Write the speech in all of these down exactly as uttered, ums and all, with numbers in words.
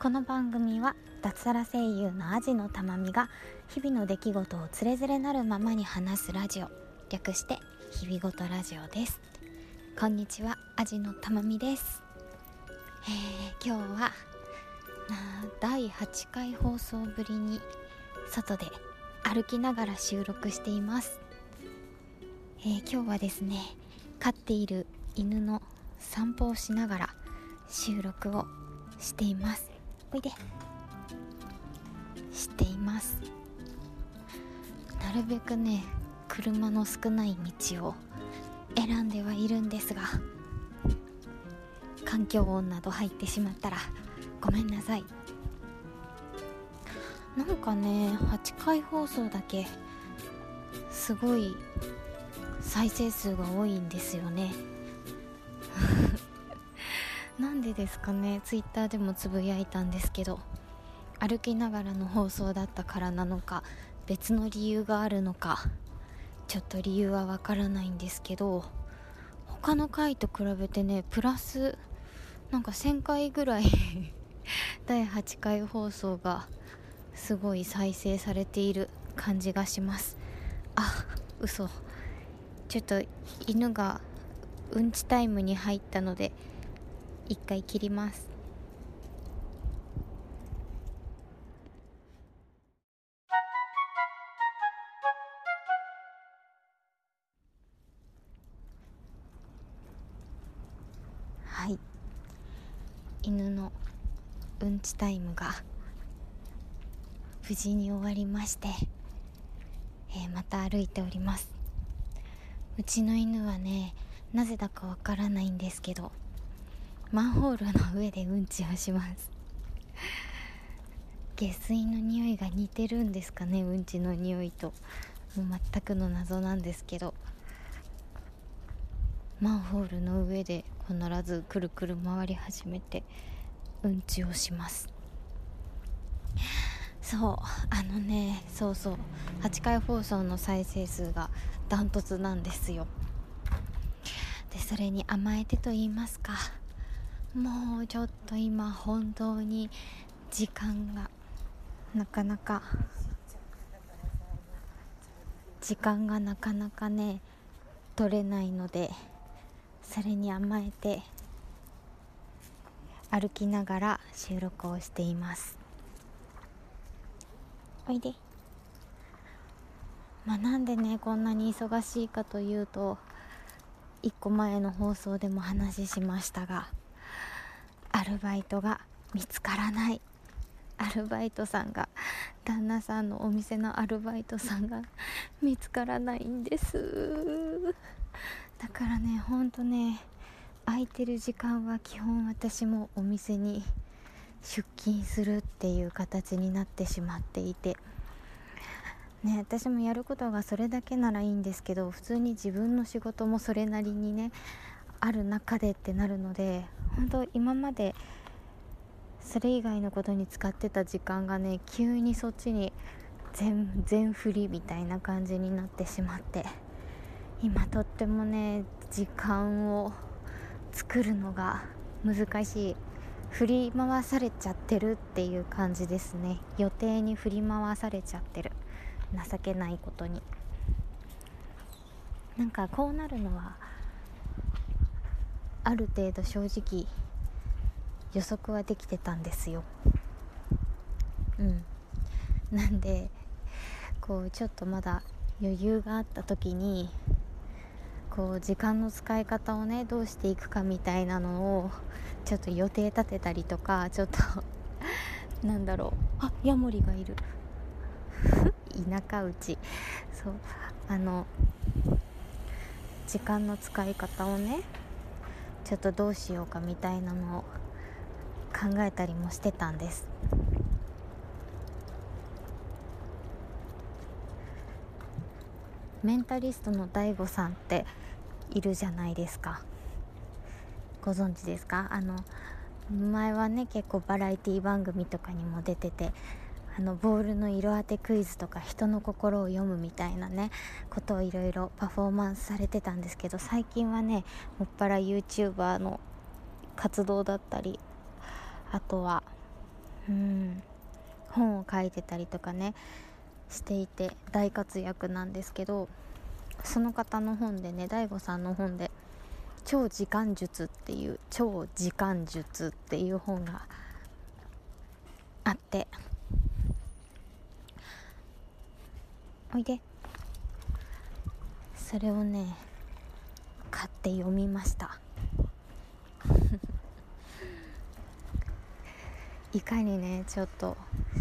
この番組は脱サラ声優のアジのたまみが日々の出来事をつれづれなるままに話すラジオ、略して日々ごとラジオです。こんにちは、アジのたまみです。えー、今日はだいはちかい放送ぶりに外で歩きながら収録しています。えー、今日はですね、飼っている犬の散歩をしながら収録をしています。おいでしていますなるべくね、車の少ない道を選んではいるんですが、環境音など入ってしまったらごめんなさい。なんかね、はちかい放送だけすごい再生数が多いんですよねなんでですかね。ツイッターでもつぶやいたんですけど、歩きながらの放送だったからなのか、別の理由があるのか、ちょっと理由はわからないんですけど、他の回と比べてね、プラスなんかせんかいぐらいだいはちかい放送がすごい再生されている感じがします。あ、嘘。ちょっと犬がうんちタイムに入ったので一回切ります。はい、犬のうんちタイムが無事に終わりまして、えー、また歩いております。うちの犬はね、なぜだかわからないんですけど、マンホールの上でうんちをします下水の匂いが似てるんですかね、うんちの匂いと。もう全くの謎なんですけど、マンホールの上で必ずくるくる回り始めてうんちをします。そう、あのね、そうそう、はちかい放送の再生数がダントツなんですよ。で、それに甘えてと言いますか、もうちょっと今本当に時間がなかなか時間がなかなかね取れないので、それに甘えて歩きながら収録をしています。おいで。まあ、なんでねこんなに忙しいかというと、いっこまえの放送でも話しましたが、アルバイトが見つからない。アルバイトさんが、旦那さんのお店のアルバイトさんが見つからないんです。だからね、ほんとね、空いてる時間は基本私もお店に出勤するっていう形になってしまっていてね、私もやることがそれだけならいいんですけど、普通に自分の仕事もそれなりにねある中でってなるので、本当今までそれ以外のことに使ってた時間がね、急にそっちに全全振りみたいな感じになってしまって、今とってもね時間を作るのが難しい。振り回されちゃってるっていう感じですね。予定に振り回されちゃってる、情けないことに。なんかこうなるのはある程度正直予測はできてたんですよ。うんなんでこうちょっとまだ余裕があった時に、こう時間の使い方をねどうしていくかみたいなのをちょっと予定立てたりとか、ちょっとなんだろう、あ、ヤモリがいる田舎うち、そう、あの時間の使い方をねちょっとどうしようかみたいなのを考えたりもしてたんです。メンタリストの大悟さんっているじゃないですか。ご存知ですか？あの前はね結構バラエティ番組とかにも出てて、あのボールの色当てクイズとか人の心を読むみたいなねことをいろいろパフォーマンスされてたんですけど、最近はねもっぱら YouTuber の活動だったり、あとはうん本を書いてたりとかねしていて大活躍なんですけど、その方の本でね、大悟さんの本で超時間術っていう超時間術っていう本があって、おいで、それをね買って読みましたいかにねちょっと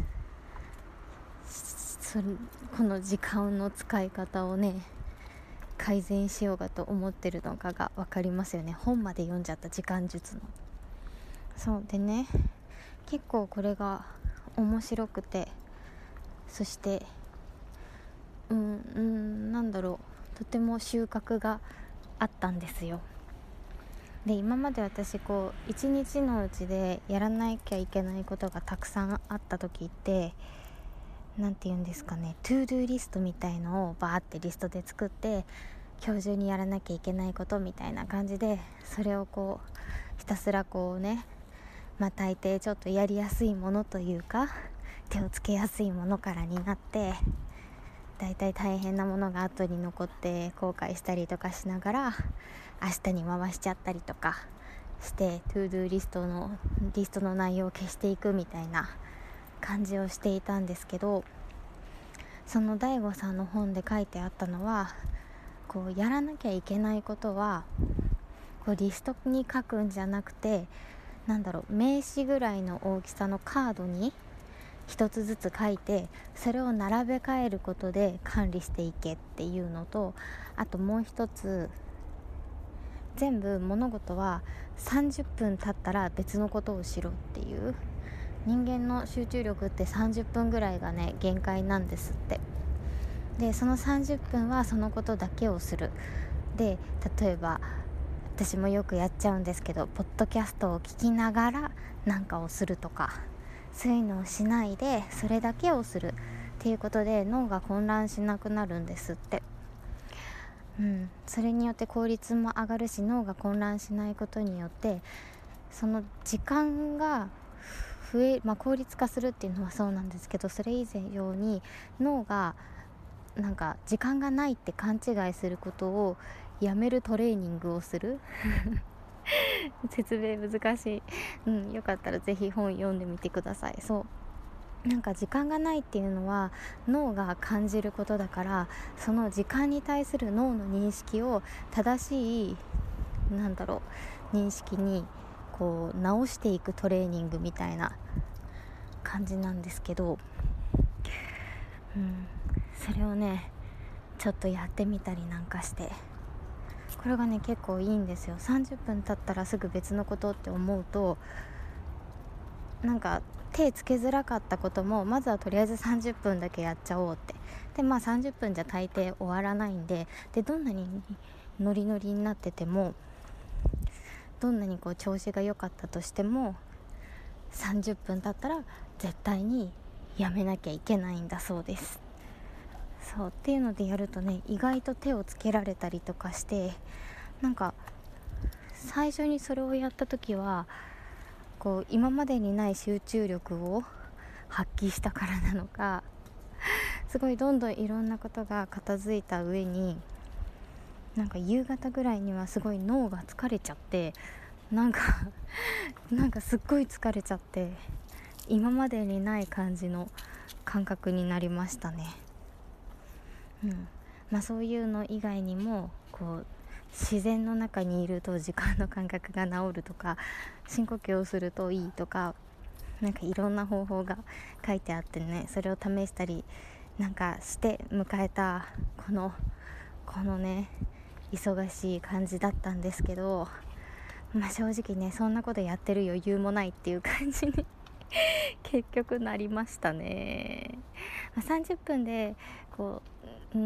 それこの時間の使い方をね改善しようかと思ってるのかが分かりますよね。本まで読んじゃった時間術の。そうでね、結構これが面白くて、そしてうんうんなんだろうとても収穫があったんですよ。で今まで私こう一日のうちでやらなきゃいけないことがたくさんあった時って、なんて言うんですかね、トゥードゥーリストみたいのをバーってリストで作って、今日中にやらなきゃいけないことみたいな感じで、それをこうひたすらこうね、まあ大抵ちょっとやりやすいものというか手をつけやすいものからになって、だいたい大変なものが後に残って後悔したりとかしながら明日に回しちゃったりとかして、トゥードゥーリストのリストの内容を消していくみたいな感じをしていたんですけど、その大悟さんの本で書いてあったのは、こうやらなきゃいけないことはこうリストに書くんじゃなくて、なんだろう、名刺ぐらいの大きさのカードに一つずつ書いて、それを並べ替えることで管理していけっていうのと、あともう一つ、全部物事はさんじゅっぷん経ったら別のことをしろっていう、人間の集中力ってさんじゅっぷんぐらいがね限界なんですって。でそのさんじゅっぷんはそのことだけをする。で例えば私もよくやっちゃうんですけど、ポッドキャストを聞きながら何かをするとか、そういうのをしないでそれだけをするっていうことで脳が混乱しなくなるんですって。うん、それによって効率も上がるし、脳が混乱しないことによってその時間が増え、まあ、効率化するっていうのはそうなんですけど、それ以上に脳がなんか時間がないって勘違いすることをやめるトレーニングをする説明難しい、うん、よかったらぜひ本読んでみてください。そうなんか時間がないっていうのは脳が感じることだから、その時間に対する脳の認識を正しいなんだろう認識にこう直していくトレーニングみたいな感じなんですけど、うん、それをねちょっとやってみたりなんかして、これがね結構いいんですよ。さんじゅっぷん経ったらすぐ別のことって思うと、なんか手つけづらかったこともまずはとりあえずさんじゅっぷんだけやっちゃおうって。でまあさんじゅっぷんじゃ大抵終わらないんで、でどんなにノリノリになってても、どんなにこう調子が良かったとしてもさんじゅっぷん経ったら絶対にやめなきゃいけないんだそうです。そうっていうのでやるとね、意外と手をつけられたりとかして、なんか最初にそれをやった時はこう今までにない集中力を発揮したからなのか、すごいどんどんいろんなことが片付いた上に、なんか夕方ぐらいにはすごい脳が疲れちゃって、なんかなんかすっごい疲れちゃって、今までにない感じの感覚になりましたね。うんまあ、そういうの以外にもこう自然の中にいると時間の感覚が治るとか、深呼吸をするといいとか、なんかいろんな方法が書いてあってね、それを試したりなんかして迎えたこのこのね忙しい感じだったんですけど、まあ正直ねそんなことやってる余裕もないっていう感じに結局なりましたね。まあ、さんじゅっぷんでこう、うん、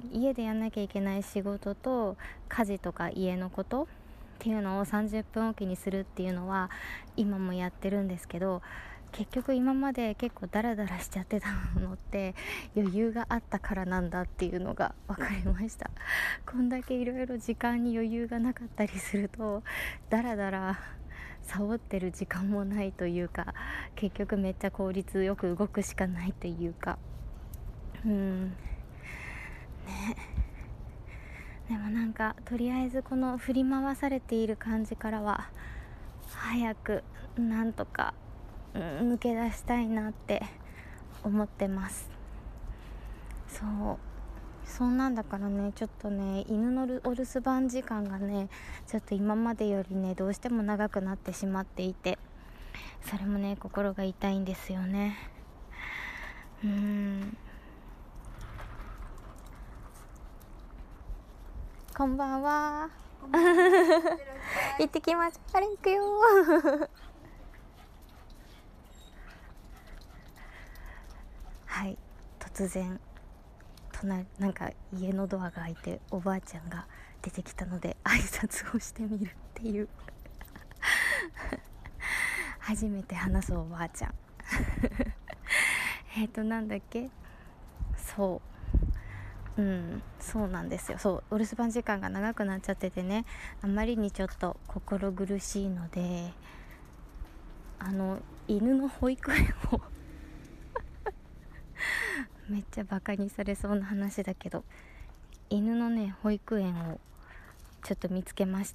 家でやんなきゃいけない仕事と家事とか家のことっていうのをさんじゅっぷんおきにするっていうのは今もやってるんですけど、結局今まで結構ダラダラしちゃってたのって余裕があったからなんだっていうのが分かりました。こんだけいろいろ時間に余裕がなかったりするとダラダラサボってる時間もないというか、結局めっちゃ効率よく動くしかないというか、うんね。でもなんかとりあえずこの振り回されている感じからは早くなんとか、うん、抜け出したいなって思ってます。そうそんなんだからね、ちょっとね犬のお留守番時間がねちょっと今までよりねどうしても長くなってしまっていて、それもね心が痛いんですよね。うーんこんばんは。行ってきます。あれ行くよ。はい、突然隣なんか家のドアが開いておばあちゃんが出てきたので挨拶をしてみるっていう初めて話すおばあちゃんえっとなんだっけそううんそうなんですよ。そうお留守番時間が長くなっちゃっててね、あまりにちょっと心苦しいので、あの犬の保育園をめっちゃバカにされそうな話だけど、犬のね保育園をちょっと見つけまして、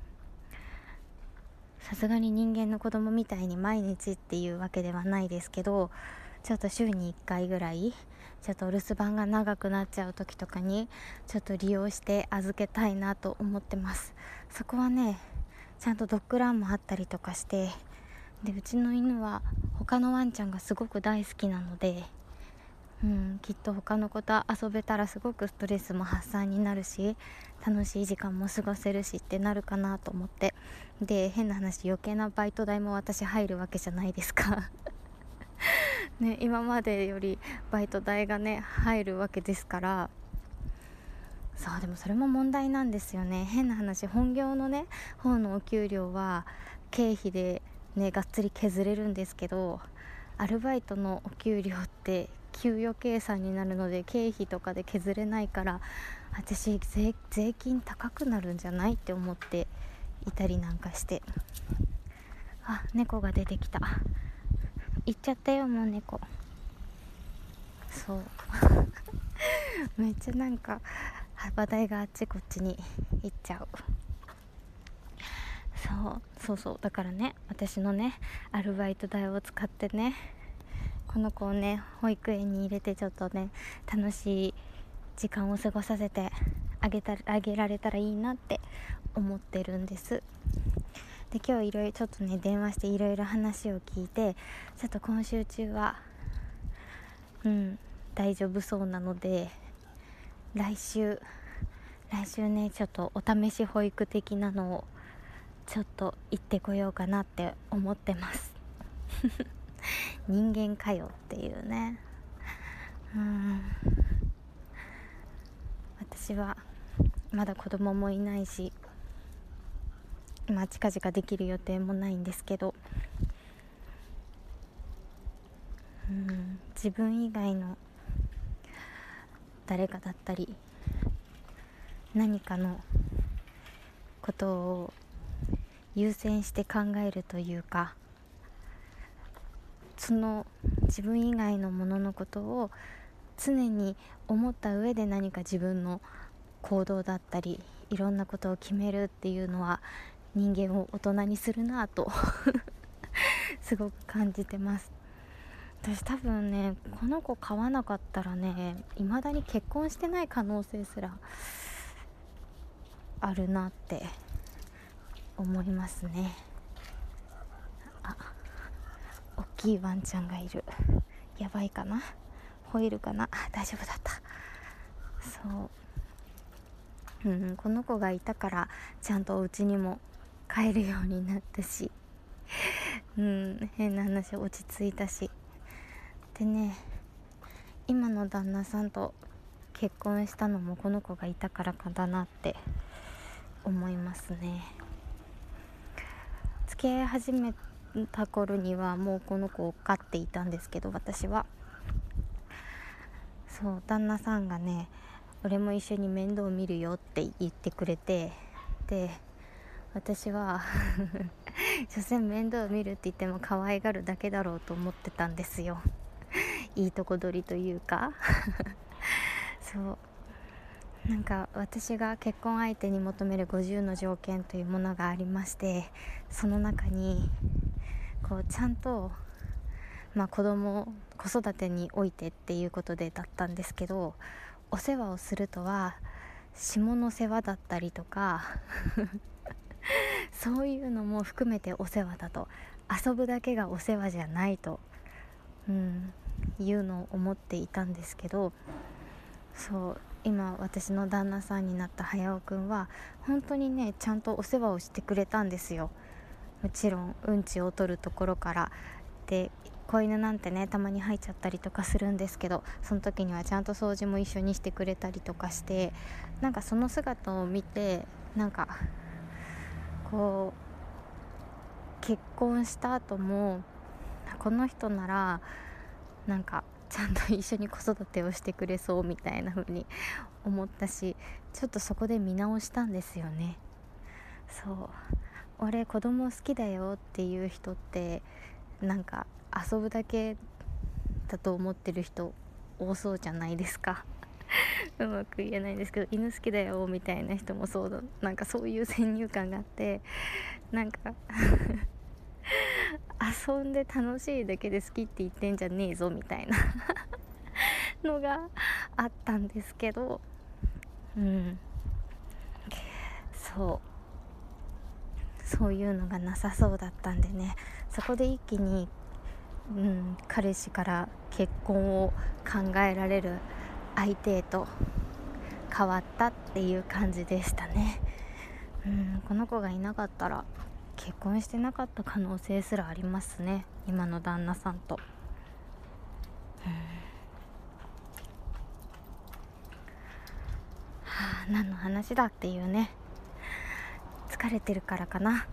さすがに人間の子供みたいに毎日っていうわけではないですけど、ちょっと週にいっかいぐらいちょっとお留守番が長くなっちゃう時とかにちょっと利用して預けたいなと思ってます。そこはねちゃんとドッグランもあったりとかして、でうちの犬は他のワンちゃんがすごく大好きなので、うん、きっと他の子と遊べたらすごくストレスも発散になるし楽しい時間も過ごせるしってなるかなと思って、で変な話余計なバイト代も私入るわけじゃないですかね、今までよりバイト代がね入るわけですから。そうでもそれも問題なんですよね。変な話、本業のね方のお給料は経費でねがっつり削れるんですけど、アルバイトのお給料って給与計算になるので経費とかで削れないから、私 税, 税金高くなるんじゃないって思っていたりなんかして。あ、猫が出てきた。行っちゃったよもう猫。そうめっちゃなんか話題があっちこっちに行っちゃう。そうそうそうだからね、私のねアルバイト代を使ってねこの子をね保育園に入れてちょっとね楽しい時間を過ごさせてあげたあげられたらいいなって思ってるんです。で今日いろいろちょっとね電話していろいろ話を聞いて、ちょっと今週中はうん大丈夫そうなので、来週来週ねちょっとお試し保育的なのをちょっと行ってこようかなって思ってます人間かよっていうね。うん私はまだ子供もいないし、まあ近々できる予定もないんですけど、うん自分以外の誰かだったり何かのことを優先して考えるというか、その自分以外のもののことを常に思った上で何か自分の行動だったりいろんなことを決めるっていうのは人間を大人にするなぁとすごく感じてます。私多分ねこの子飼わなかったらね未だに結婚してない可能性すらあるなって思いますね。あ、大きいワンちゃんがいる。やばいかな、吠えるかな。大丈夫だった。そう、うん、この子がいたからちゃんとお家にも帰るようになったし、うん、変な話落ち着いたし。でね、今の旦那さんと結婚したのもこの子がいたからかだなって思いますね。付き合い始めた頃にはもうこの子を飼っていたんですけど、私はそう旦那さんがね俺も一緒に面倒見るよって言ってくれて、で私は所詮面倒を見るって言っても可愛がるだけだろうと思ってたんですよ。いいとこ取りというかそうなんか私が結婚相手に求めるごじゅうの条件というものがありまして、その中にこうちゃんと、まあ、子供子育てにおいてっていうことでだったんですけど、お世話をするとは下の世話だったりとかそういうのも含めてお世話だと、遊ぶだけがお世話じゃないと、うん、いうのを思っていたんですけど、そう今私の旦那さんになった早尾くんは本当にねちゃんとお世話をしてくれたんですよ。もちろんうんちを取るところからで、子犬なんてねたまに入っちゃったりとかするんですけど、その時にはちゃんと掃除も一緒にしてくれたりとかして、なんかその姿を見て、なんかこう結婚した後もこの人ならなんかちゃんと一緒に子育てをしてくれそうみたいな風に思ったし、ちょっとそこで見直したんですよね。そう、俺子供好きだよっていう人ってなんか遊ぶだけだと思ってる人多そうじゃないですかうまく言えないんですけど、犬好きだよみたいな人もそうだ、なんかそういう先入観があって、なんか遊んで楽しいだけで好きって言ってんじゃねえぞみたいなのがあったんですけど、うんそうそういうのがなさそうだったんでね、そこで一気に、うん、彼氏から結婚を考えられる相手へと変わったっていう感じでしたね。うん、この子がいなかったら結婚してなかった可能性すらありますね、今の旦那さんと。うん、はあ、何の話だっていうね、疲れてるからかな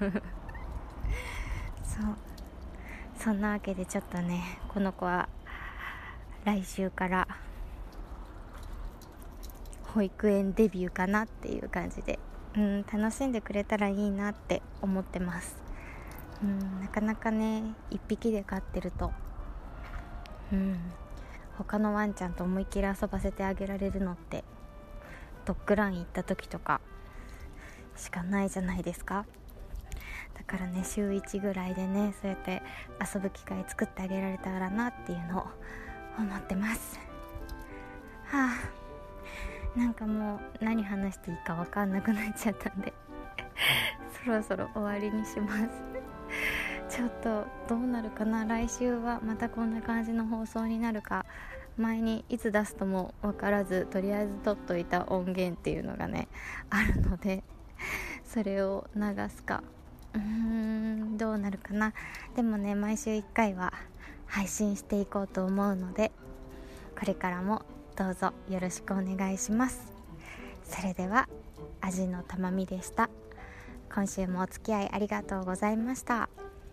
そうそんなわけでちょっとね、この子は来週から保育園デビューかなっていう感じで、うん、楽しんでくれたらいいなって思ってます。うん、なかなかね一匹で飼ってると、うん、他のワンちゃんと思いっきり遊ばせてあげられるのってドッグラン行った時とかしかないじゃないですか。だからね週いちぐらいでねそうやって遊ぶ機会作ってあげられたらなっていうのを思ってます。はあ、なんかもう何話していいか分かんなくなっちゃったんでそろそろ終わりにしますちょっとどうなるかな、来週はまたこんな感じの放送になるか、前にいつ出すとも分からずとりあえず撮っといた音源っていうのがねあるので、それを流すか、うーんどうなるかな。でもね毎週いっかいは配信していこうと思うので、これからもどうぞよろしくお願いします。それでは味のたまみでした。今週もお付き合いありがとうございました。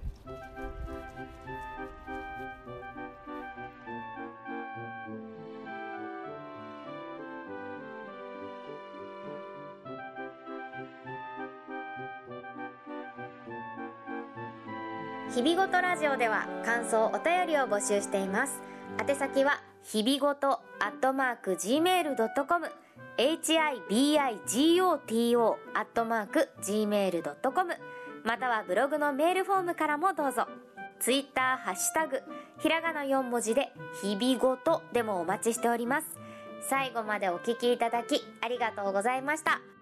日々ごとラジオでは感想お便りを募集しています。宛先は日々ごとアットマーク ジーメールドットコム ヒビゴト アットマーク ジーメールドットコム またはブログのメールフォームからもどうぞ。ツイッターハッシュタグひらがなよん文字で日々ごとでもお待ちしております。最後までお聞きいただきありがとうございました。